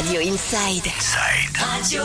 Radio Inside. Radio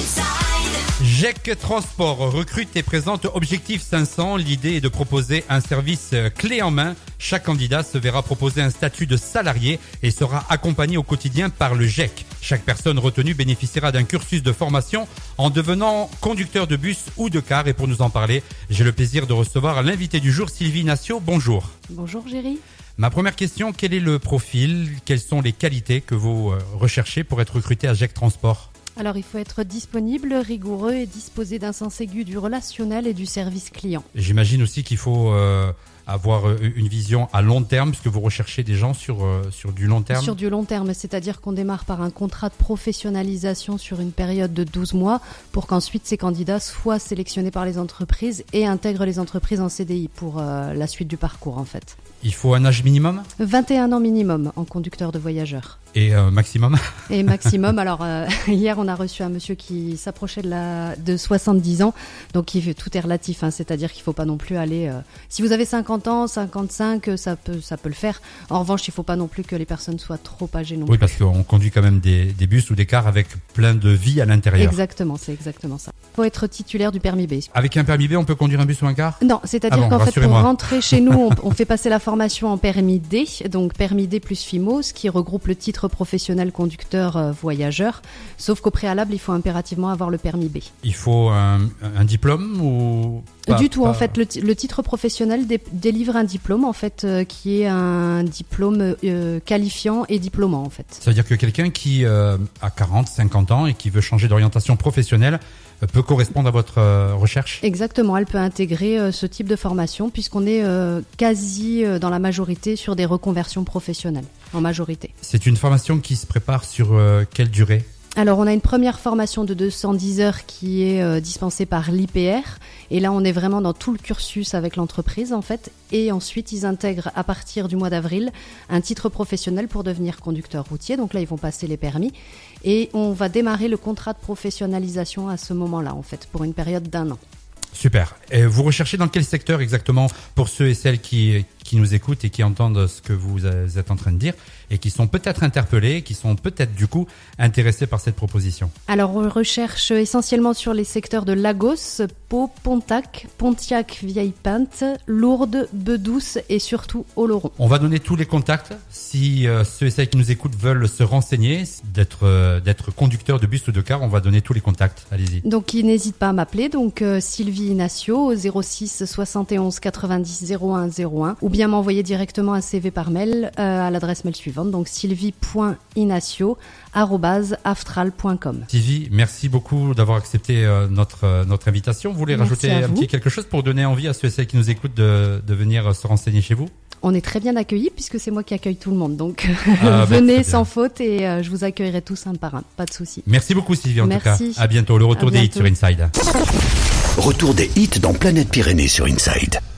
Inside. GEC Transport recrute et présente Objectif 500. L'idée est de proposer un service clé en main. Chaque candidat se verra proposer un statut de salarié et sera accompagné au quotidien par le GEC. Chaque personne retenue bénéficiera d'un cursus de formation en devenant conducteur de bus ou de car. Et pour nous en parler, j'ai le plaisir de recevoir l'invité du jour, Sylvie Nassio. Bonjour. Bonjour Géry. Ma première question, quel est le profil, quelles sont les qualités que vous recherchez pour être recruté à GEC Transport ? Alors il faut être disponible, rigoureux et disposer d'un sens aigu du relationnel et du service client. J'imagine aussi qu'il faut avoir une vision à long terme, puisque vous recherchez des gens sur du long terme. Sur du long terme, c'est-à-dire qu'on démarre par un contrat de professionnalisation sur une période de 12 mois pour qu'ensuite ces candidats soient sélectionnés par les entreprises et intègrent les entreprises en CDI pour la suite du parcours en fait. Il faut un âge minimum ? 21 ans minimum en conducteur de voyageurs. Et maximum ? Et maximum, alors hier on a reçu un monsieur qui s'approchait de 70 ans, donc tout est relatif, hein, c'est-à-dire qu'il ne faut pas non plus aller... si vous avez 50 ans, 55, ça peut le faire. En revanche, il ne faut pas non plus que les personnes soient trop âgées non plus. Oui, parce qu'on conduit quand même des bus ou des cars avec plein de vie à l'intérieur. Exactement, c'est exactement ça. Il faut être titulaire du permis B. Avec un permis B, on peut conduire un bus ou un car ? Non, c'est-à-dire qu'en fait, pour rentrer chez nous, on fait passer la formation en permis D, donc permis D plus FIMO, qui regroupe le titre professionnel conducteur voyageur, sauf qu'au préalable, il faut impérativement avoir le permis B. Il faut un diplôme ou pas, du tout, en fait, le titre professionnel délivre un diplôme, en fait, qui est un diplôme qualifiant et diplômant, en fait. Ça veut dire que quelqu'un qui a 40, 50 ans et qui veut changer d'orientation professionnelle peut correspondre à votre recherche ? Exactement, elle peut intégrer ce type de formation puisqu'on est quasi dans la majorité sur des reconversions professionnelles, en majorité. C'est une formation qui se prépare sur quelle durée ? Alors, on a une première formation de 210 heures qui est dispensée par l'IPR. Et là, on est vraiment dans tout le cursus avec l'entreprise, en fait. Et ensuite, ils intègrent, à partir du mois d'avril, un titre professionnel pour devenir conducteur routier. Donc là, ils vont passer les permis. Et on va démarrer le contrat de professionnalisation à ce moment-là, en fait, pour une période d'1 an. Super. Et vous recherchez dans quel secteur exactement pour ceux et celles qui nous écoutent et qui entendent ce que vous êtes en train de dire et qui sont peut-être interpellés, qui sont peut-être du coup intéressés par cette proposition ? Alors on recherche essentiellement sur les secteurs de Lagos, Pau, Pontiac, Vieille-Pinte, Lourdes, Bedouce et surtout Oloron. On va donner tous les contacts si ceux et celles qui nous écoutent veulent se renseigner, d'être conducteur de bus ou de car, on va donner tous les contacts. Allez-y. Donc ils n'hésitent pas à m'appeler, donc Sylvie Nassio au 06 71 90 01 01 ou bien m'envoyer directement un CV par mail à l'adresse mail suivante, donc sylvie.inacio@aftral.com. Sylvie, merci beaucoup d'avoir accepté notre invitation. Vous voulez rajouter un petit quelque chose pour donner envie à ceux et celles qui nous écoutent de venir se renseigner chez vous ? On est très bien accueillis puisque c'est moi qui accueille tout le monde, donc venez sans faute et je vous accueillerai tous un par un, pas de souci. Merci beaucoup Sylvie en tout cas. À bientôt, le retour des hits sur Inside. Retour des hits dans Planète Pyrénées sur Inside.